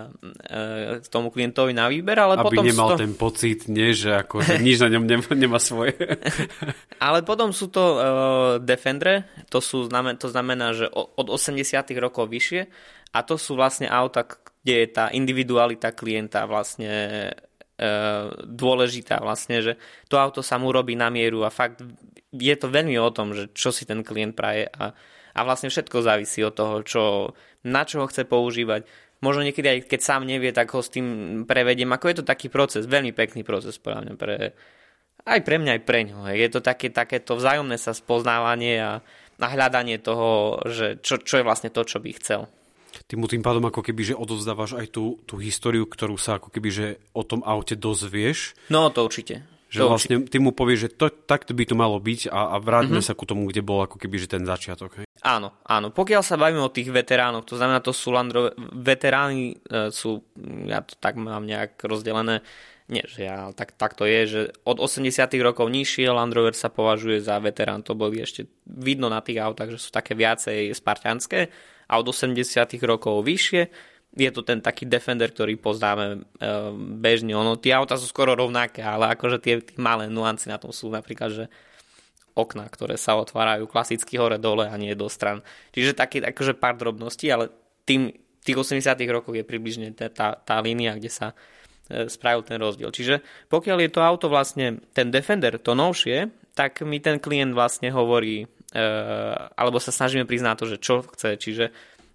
tomu klientovi na výber, ale aby potom nemal ten pocit, že akože nič na ňom nemá svoje. Ale potom sú to Defendre, to znamená, že od 80. rokov vyššie, a to sú vlastne auta, kde je tá individualita klienta vlastne dôležitá vlastne, že to auto sa mu robí na mieru a fakt je to veľmi o tom, že čo si ten klient praje a vlastne všetko závisí od toho, na čo ho chce používať. Možno niekedy aj keď sám nevie, tak ho s tým prevediem. Ako je to taký proces, veľmi pekný proces podľa mňa aj pre mňa, aj pre ňo. Je to takéto vzájomné sa spoznávanie a hľadanie toho, že čo je vlastne to, čo by chcel. Ty mu tým pádom ako keby, že odovzdávaš aj tú históriu, ktorú sa ako keby, že o tom aute dozvieš. No to určite. Že to vlastne určite. Ty mu povieš, že takto by to malo byť a vráťme sa ku tomu, kde bol ako keby, že ten začiatok. Hej? Áno. Pokiaľ sa bavíme o tých veteránoch, to znamená, to sú veteráni, ja to tak mám nejak rozdelené, nie, že tak to je, že od 80 rokov nižšie Land Rover sa považuje za veterán, to boli ešte vidno na tých autách, že sú také viacej spartianské, a od 80 rokov vyššie je to ten taký Defender, ktorý poznáme bežne. Tie auta sú skoro rovnaké, ale akože tie malé nuancy na tom sú napríklad, že okná, ktoré sa otvárajú klasicky hore-dole a nie do stran. Čiže taký akože pár drobností, ale tých 80 rokov je približne tá línia, kde sa spravil ten rozdiel. Čiže pokiaľ je to auto vlastne ten Defender, to novšie, tak mi ten klient vlastne hovorí, alebo sa snažíme priznať to, že čo chce, čiže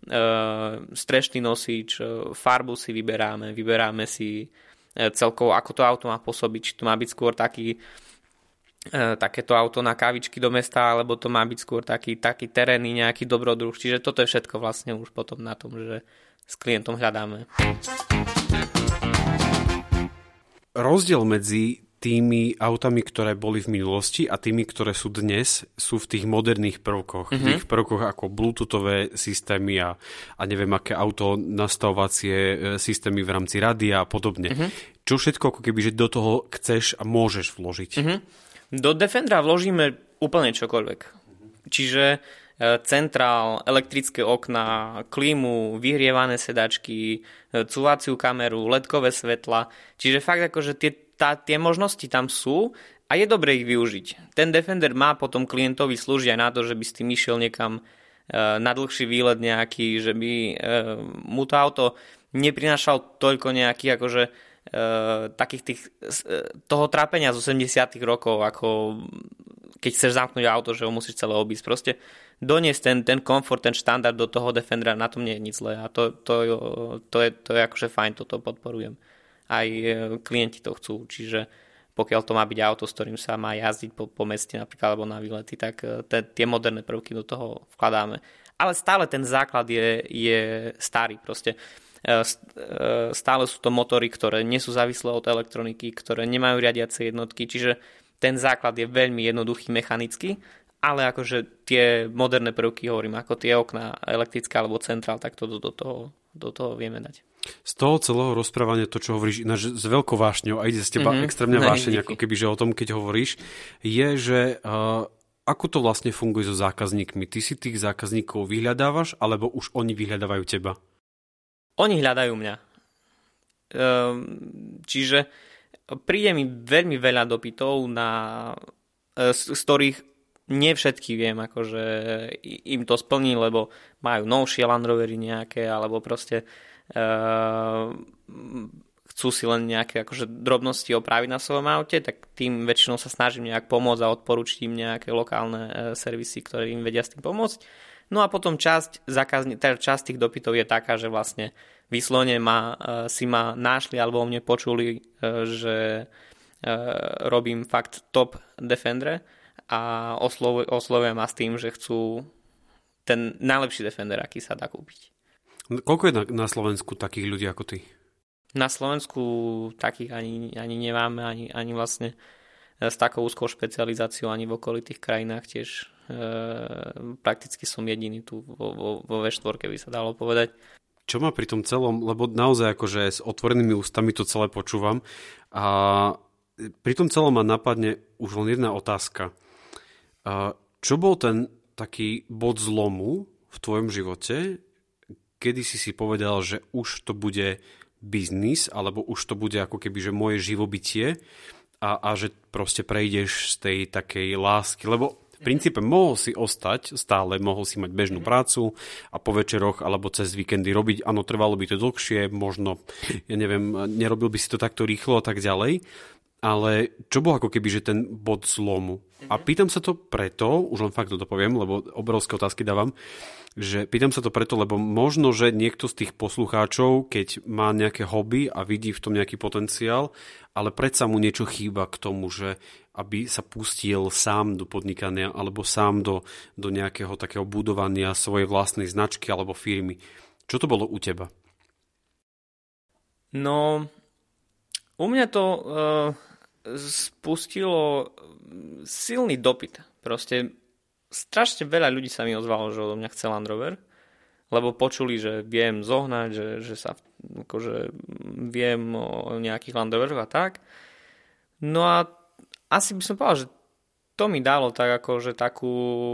strešný nosič, farbu si vyberáme si celkovo, ako to auto má pôsobiť, či to má byť skôr takéto auto na kávičky do mesta, alebo to má byť skôr taký terénny nejaký dobrodruh, čiže toto je všetko vlastne už potom na tom, že s klientom hľadáme. rozdiel medzi tými autami, ktoré boli v minulosti a tými, ktoré sú dnes, sú v tých moderných prvkoch. V tých prvkoch ako bluetoothové systémy a neviem, aké auto nastavovacie systémy v rámci rádia a podobne. Čo všetko, ako keby, že do toho chceš a môžeš vložiť? Do Defendera vložíme úplne čokoľvek. Čiže centrál, elektrické okná, klímu, vyhrievané sedačky, cúvaciu kameru, ledkové svetla. Čiže fakt akože tie možnosti tam sú a je dobre ich využiť. Ten Defender má potom klientovi slúžiť aj na to, že by s tým išiel niekam na dlhší výlet nejaký, že by mu to auto neprinášal toľko nejakých akože takých tých toho trápenia z 80 rokov, ako keď chceš zamknúť auto, že ho musíš celé obísť. Proste doniesť ten komfort, ten štandard do toho Defendera, na tom nie je nič zlé a to je akože fajn, toto podporujem. Aj klienti to chcú, čiže pokiaľ to má byť auto, s ktorým sa má jazdiť po meste napríklad alebo na výlety, tak tie moderné prvky do toho vkladáme. Ale stále ten základ je starý proste. Stále sú to motory, ktoré nie sú závislé od elektroniky, ktoré nemajú riadiace jednotky, čiže ten základ je veľmi jednoduchý mechanicky, ale akože tie moderné prvky, hovorím, ako tie okná elektrické alebo centrál, tak to do toho vieme dať. Z toho celého rozprávania, to, čo hovoríš ináč s veľkou vášňou a ide z teba extrémne vášeň, ako keby, že o tom, keď hovoríš, je, že ako to vlastne funguje so zákazníkmi? Ty si tých zákazníkov vyhľadávaš, alebo už oni vyhľadávajú teba? Oni hľadajú mňa. Čiže príde mi veľmi veľa dopytov, z ktorých nie všetky viem, akože im to splní, lebo majú novšie Land Rovery nejaké, alebo proste chcú si len nejaké akože drobnosti opraviť na svojom aute, tak tým väčšinou sa snažím nejak pomôcť a odporučiť im nejaké lokálne servisy, ktoré im vedia s tým pomôcť. No a potom časť tých dopytov je taká, že vlastne vyslovene si ma našli alebo o mne počuli, že robím fakt top Defendre a oslovujem ma s tým, že chcú ten najlepší Defender, aký sa dá kúpiť. Koľko je na Slovensku takých ľudí ako ty? Na Slovensku takých ani nemáme, ani vlastne s takou úzkou špecializáciou ani v okolitých krajinách tiež. Prakticky som jediný tu vo V4, by sa dalo povedať. Čo má pri tom celom, lebo naozaj akože s otvorenými ústami to celé počúvam a pri tom celom ma napadne už len jedna otázka. Čo bol ten taký bod zlomu v tvojom živote, kedy si povedal, že už to bude biznis, alebo už to bude ako keby, že moje živobytie a že proste prejdeš z tej takej lásky, lebo v princípe mohol si ostať stále, mohol si mať bežnú prácu a po večeroch alebo cez víkendy robiť, áno, trvalo by to dlhšie, možno, ja neviem, nerobil by si to takto rýchlo a tak ďalej, ale čo bol ako keby, že ten bod zlomu? A pýtam sa to preto, už len fakt to poviem, lebo obrovské otázky dávam, že pýtam sa to preto, lebo možno, že niekto z tých poslucháčov, keď má nejaké hobby a vidí v tom nejaký potenciál, ale predsa mu niečo chýba k tomu, že aby sa pustil sám do podnikania alebo sám do nejakého takého budovania svojej vlastnej značky alebo firmy. Čo to bolo u teba? No, u mňa to spustilo silný dopyt. Proste strašne veľa ľudí sa mi ozvalo, že odo mňa chce Land Rover, lebo počuli, že viem zohnať, že sa akože viem o nejakých Land Roveroch a tak. No a asi by som povedal, že to mi dalo tak akože takú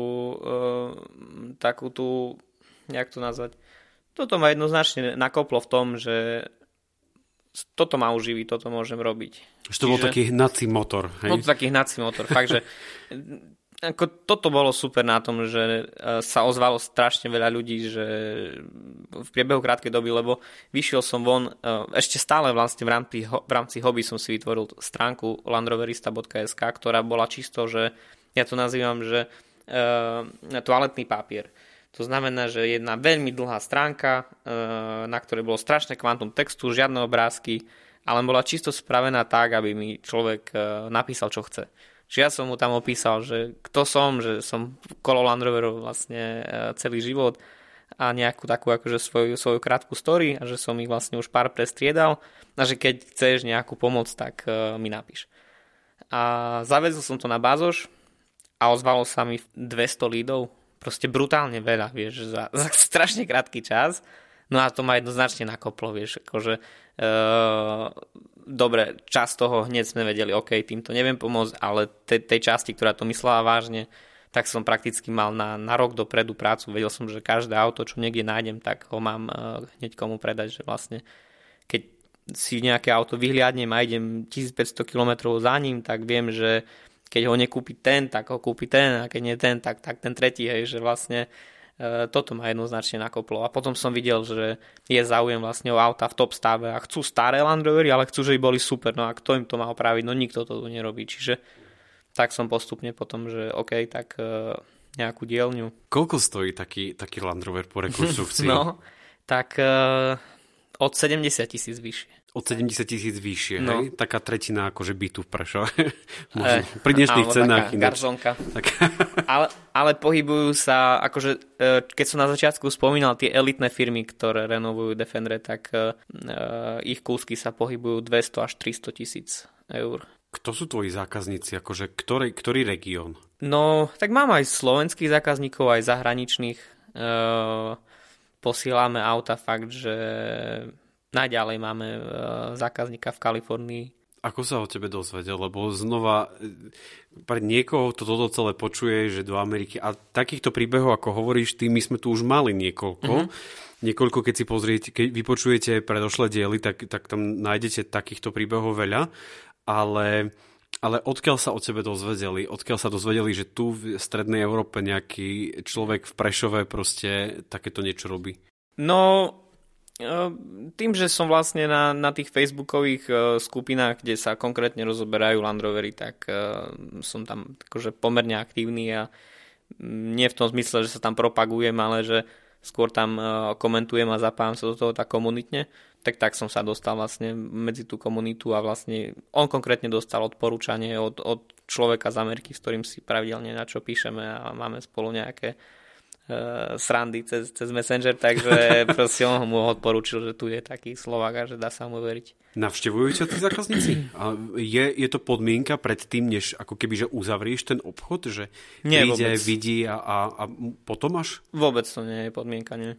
tú, jak to nazvať, toto ma jednoznačne nakoplo v tom, že toto ma uživí, toto môžem robiť. Že to bol taký hnací motor. Hej? Bol to taký hnací motor, fakt, že ako toto bolo super na tom, že sa ozvalo strašne veľa ľudí, že v priebehu krátkej doby, lebo vyšiel som von, ešte stále vlastne v rámci hobby som si vytvoril stránku landroverista.sk, ktorá bola čisto, že ja to nazývam, že toaletný papier. To znamená, že jedna veľmi dlhá stránka, na ktorej bolo strašné kvantum textu, žiadne obrázky, ale bola čisto spravená tak, aby mi človek napísal, čo chce. Čiže ja som mu tam opísal, že kto som, že som kolo Land Roverov vlastne celý život a nejakú takú akože svoju krátku story a že som ich vlastne už pár prestriedal a že keď chceš nejakú pomoc, tak mi napíš. A zavezol som to na Bazoš a ozvalo sa mi 200 lídov, proste brutálne veľa, vieš, za strašne krátky čas. No a to ma jednoznačne nakoplo, vieš, akože dobre, čas toho hneď sme vedeli, OK, týmto neviem pomôcť, ale tej časti, ktorá to myslela vážne, tak som prakticky mal na rok dopredu prácu. Vedel som, že každé auto, čo niekde nájdem, tak ho mám hneď komu predať, že vlastne keď si nejaké auto vyhliadnem a idem 1500 km za ním, tak viem, že keď ho nekúpi ten, tak ho kúpi ten a keď nie ten, tak ten tretí, hej, že vlastne toto ma jednoznačne nakoplo. A potom som videl, že je záujem vlastne o auta v top stave a chcú staré Land Rovery, ale chcú, že by boli super. No a kto im to má opraviť? No nikto to tu nerobí. Čiže tak som postupne potom, že OK, tak nejakú dielňu. Koľko stojí taký Land Rover po rekonštrukcii? No, tak od 70 000 vyššie. Od 70 000 vyššie, no. Hej? Taká tretina akože bytu v Prešove. Pri dnešných cenách. Garzonka. Ale pohybujú sa, akože keď som na začiatku spomínal tie elitné firmy, ktoré renovujú Defendre, tak ich kúsky sa pohybujú 200 až 300 000 eur. Kto sú tvoji zákazníci? Akože ktorý región? No, tak mám aj slovenských zákazníkov, aj zahraničných. Posielame auta fakt, že najďalej máme zákazníka v Kalifornii. Ako sa o tebe dozvedel? Lebo znova pre niekoho toto celé počuje, že do Ameriky. A takýchto príbehov, ako hovoríš ty, my sme tu už mali niekoľko. Mm-hmm. Niekoľko, keď si pozriete, keď vypočujete predošlé diely, tak tam nájdete takýchto príbehov veľa. Ale odkiaľ sa o tebe dozvedeli? Odkiaľ sa dozvedeli, že tu v strednej Európe nejaký človek v Prešove proste takéto niečo robí? No, tým, že som vlastne na tých facebookových skupinách, kde sa konkrétne rozoberajú Land Rovery, tak som tam akože pomerne aktívny a nie v tom zmysle, že sa tam propagujem, ale že skôr tam komentujem a zapájam sa do toho tak komunitne. Tak som sa dostal vlastne medzi tú komunitu a vlastne on konkrétne dostal odporúčanie od človeka z Ameriky, s ktorým si pravidelne na čo píšeme a máme spolu nejaké srandy cez Messenger, takže proste on mu odporúčil, že tu je taký Slovák a že dá sa mu veriť. Navštevujú ťa tí zákazníci? A je to podmienka pred tým, než ako keby, že uzavrieš ten obchod, že príde, vidí a potom až? Vôbec to nie je podmienka, nie.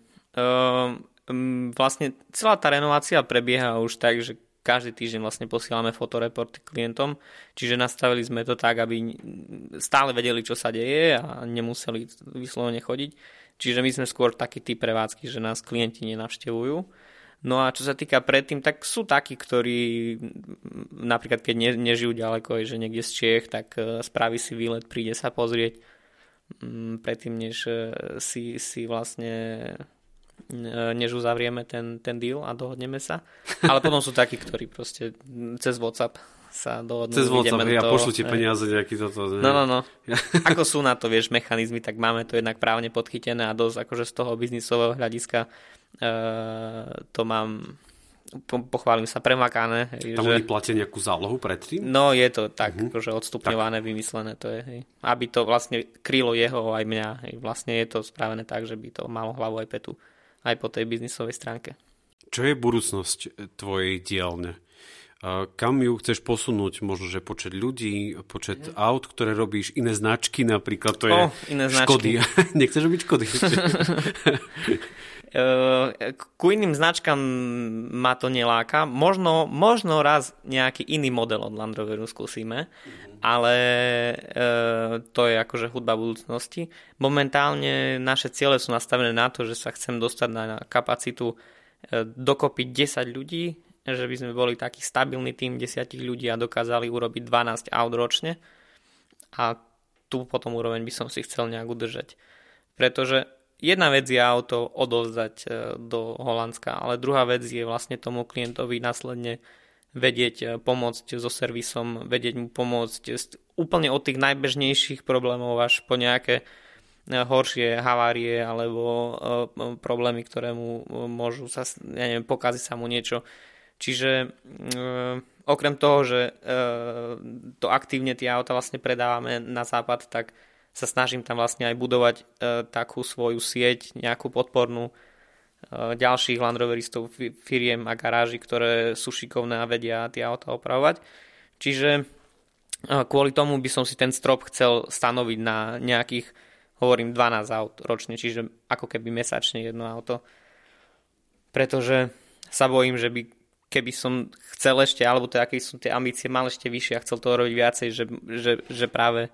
Vlastne celá tá renovácia prebieha už tak, že každý týždeň vlastne posielame fotoreporty klientom, čiže nastavili sme to tak, aby stále vedeli, čo sa deje a nemuseli vyslovene chodiť. Čiže my sme skôr taký typ prevádzky, že nás klienti nenavštevujú. No a čo sa týka predtým, tak sú takí, ktorí napríklad keď nežijú ďaleko, že niekde z Čiech, tak spraví si výlet, príde sa pozrieť predtým, než si vlastne než uzavrieme ten deal a dohodneme sa. Ale potom sú takí, ktorí proste cez WhatsApp sa dohodnú. Cez WhatsApp, ja pošlu ti peniaze nejaký toto. No. Ako sú na to, vieš, mechanizmy, tak máme to jednak právne podchytené a dosť akože z toho biznisového hľadiska to mám, pochválim sa, premakané. Tam oni platia nejakú zálohu predtým? No je to tak, akože odstupňované, vymyslené to je. Hej. Aby to vlastne krylo jeho aj mňa. Hej. Vlastne je to spravené tak, že by to malo hlavu aj petu. Aj po tej biznisovej stránke. Čo je budúcnosť tvojej dielne? Kam ju chceš posunúť? Možno, že počet ľudí, počet aut, ktoré robíš, iné značky napríklad, to je iné Škody. Nechceš robiť Škody? Ku iným značkám ma to neláka. Možno raz nejaký iný model od Land Roveru skúsime, ale to je akože hudba budúcnosti. Momentálne naše ciele sú nastavené na to, že sa chcem dostať na kapacitu dokopy 10 ľudí, že by sme boli taký stabilný tým 10 ľudí a dokázali urobiť 12 aut ročne a tú potom úroveň by som si chcel nejak udržať. Pretože jedna vec je auto odovzdať do Holandska, ale druhá vec je vlastne tomu klientovi následne vedieť pomôcť so servisom, vedieť mu pomôcť úplne od tých najbežnejších problémov až po nejaké horšie havárie alebo problémy, ktoré mu môžu sa, pokaziť sa mu niečo. Čiže okrem toho, že to aktívne tie auta vlastne predávame na západ, tak sa snažím tam vlastne aj budovať takú svoju sieť, nejakú podpornú ďalších Land Roveristov, firiem a garáží, ktoré sú šikovné a vedia tie auta opravovať. Čiže kvôli tomu by som si ten strop chcel stanoviť na nejakých, hovorím, 12 aut ročne, čiže ako keby mesačne jedno auto. Pretože sa bojím, že keby som chcel ešte, alebo to, aké sú tie ambície, mal ešte vyššie a chcel toho robiť viacej, že práve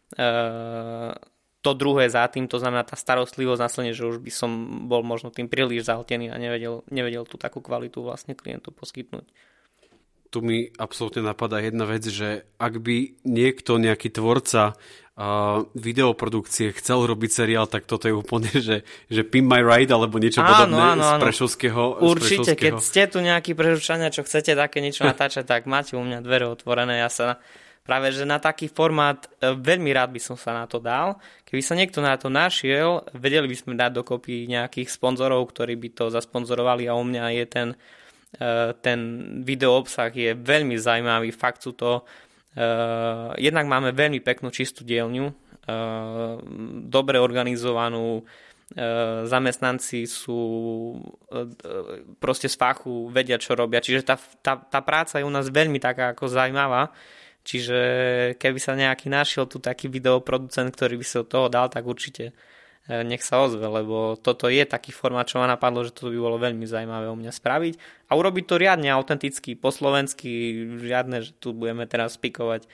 to druhé za tým, to znamená tá starostlivosť následne, že už by som bol možno tým príliš zahltený a nevedel tú takú kvalitu vlastne klientu poskytnúť. Tu mi absolútne napadá jedna vec, že ak by nejaký tvorca videoprodukcie chcel robiť seriál, tak toto je úplne, že Pimp My Ride alebo niečo podobné z Prešovského. Určite, keď ste tu nejakí Prešovčania, čo chcete také niečo natáčať, tak máte u mňa dvere otvorené. Ja sa práve, že na taký formát veľmi rád by som sa na to dal. Keby sa niekto na to našiel, vedeli by sme dať dokopy nejakých sponzorov, ktorí by to zasponzorovali a u mňa je ten video obsah je veľmi zaujímavý. Fakt sú to jednak máme veľmi peknú čistú dielňu, dobre organizovanú, zamestnanci sú proste z fachu, vedia čo robia, čiže tá práca je u nás veľmi taká ako zaujímavá. Čiže keby sa nejaký našiel tu taký videoproducent, ktorý by sa od toho dal, tak určite nech sa ozve, lebo toto je taký formát, čo ma napadlo, že to by bolo veľmi zaujímavé u mňa spraviť a urobiť to riadne, autenticky, po slovensky, žiadne, že tu budeme teraz spikovať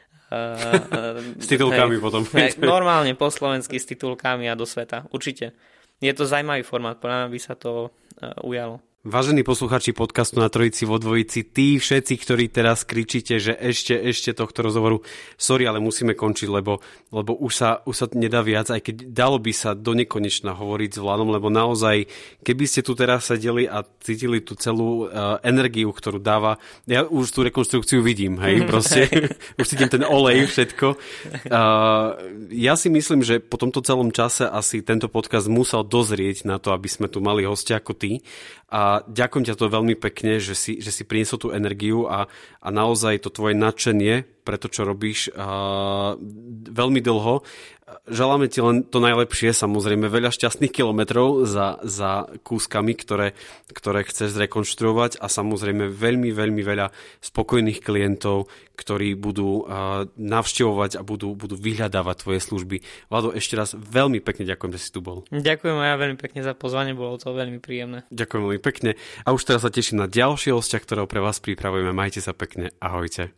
s titulkami potom. Normálne po slovensky s titulkami a do sveta, určite. Je to zaujímavý formát, podľa mňa by sa to ujalo. Vážení posluchači podcastu Na trojici vo dvojici, tí všetci, ktorí teraz kričíte, že ešte tohto rozhovoru, sorry, ale musíme končiť, lebo už sa nedá viac, aj keď dalo by sa do nekonečna hovoriť s Vladom, lebo naozaj, keby ste tu teraz sedeli a cítili tú celú energiu, ktorú dáva, ja už tú rekonštrukciu vidím, hej, proste, už cítim ten olej, všetko. Ja si myslím, že po tomto celom čase asi tento podcast musel dozrieť na to, aby sme tu mali hostia ako ty. A ďakujem ťa to veľmi pekne, že si priniesol tú energiu a naozaj to tvoje nadšenie pre to, čo robíš veľmi dlho. Želáme ti len to najlepšie, samozrejme veľa šťastných kilometrov za kúskami, ktoré chceš zrekonštruovať a samozrejme veľmi, veľmi veľa spokojných klientov, ktorí budú navštevovať a budú vyhľadávať tvoje služby. Vlado, ešte raz veľmi pekne ďakujem, že si tu bol. Ďakujem aj ja veľmi pekne za pozvanie, bolo to veľmi príjemné. Ďakujem veľmi pekne a už teraz sa teším na ďalšie hostia, ktorého pre vás pripravujeme. Majte sa pekne, ahojte.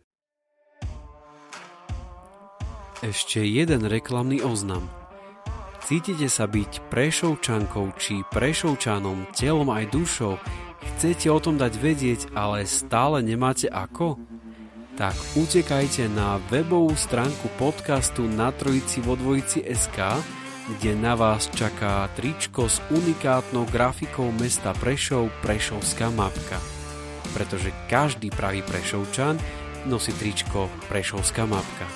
Ešte jeden reklamný oznam. Cítite sa byť Prešovčankou či Prešovčanom telom aj dušou? Chcete o tom dať vedieť, ale stále nemáte ako? Tak utekajte na webovú stránku podcastu Na trojici vo dvojici SK, kde na vás čaká tričko s unikátnou grafikou mesta Prešov, Prešovská mapka. Pretože každý pravý Prešovčan nosí tričko Prešovská mapka.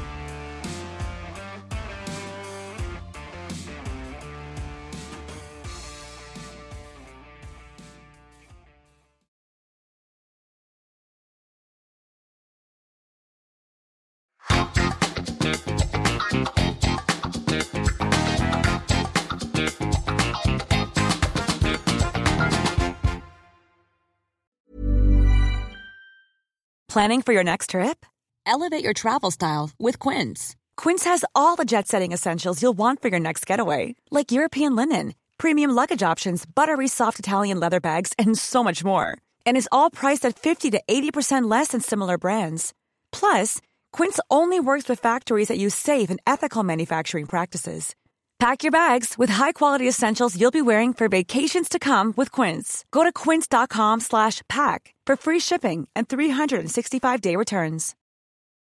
Planning for your next trip? Elevate your travel style with Quince. Quince has all the jet-setting essentials you'll want for your next getaway, like European linen, premium luggage options, buttery soft Italian leather bags, and so much more. And is all priced at 50 to 80% less than similar brands. Plus, Quince only works with factories that use safe and ethical manufacturing practices. Pack your bags with high-quality essentials you'll be wearing for vacations to come with Quince. Go to quince.com/pack for free shipping and 365-day returns.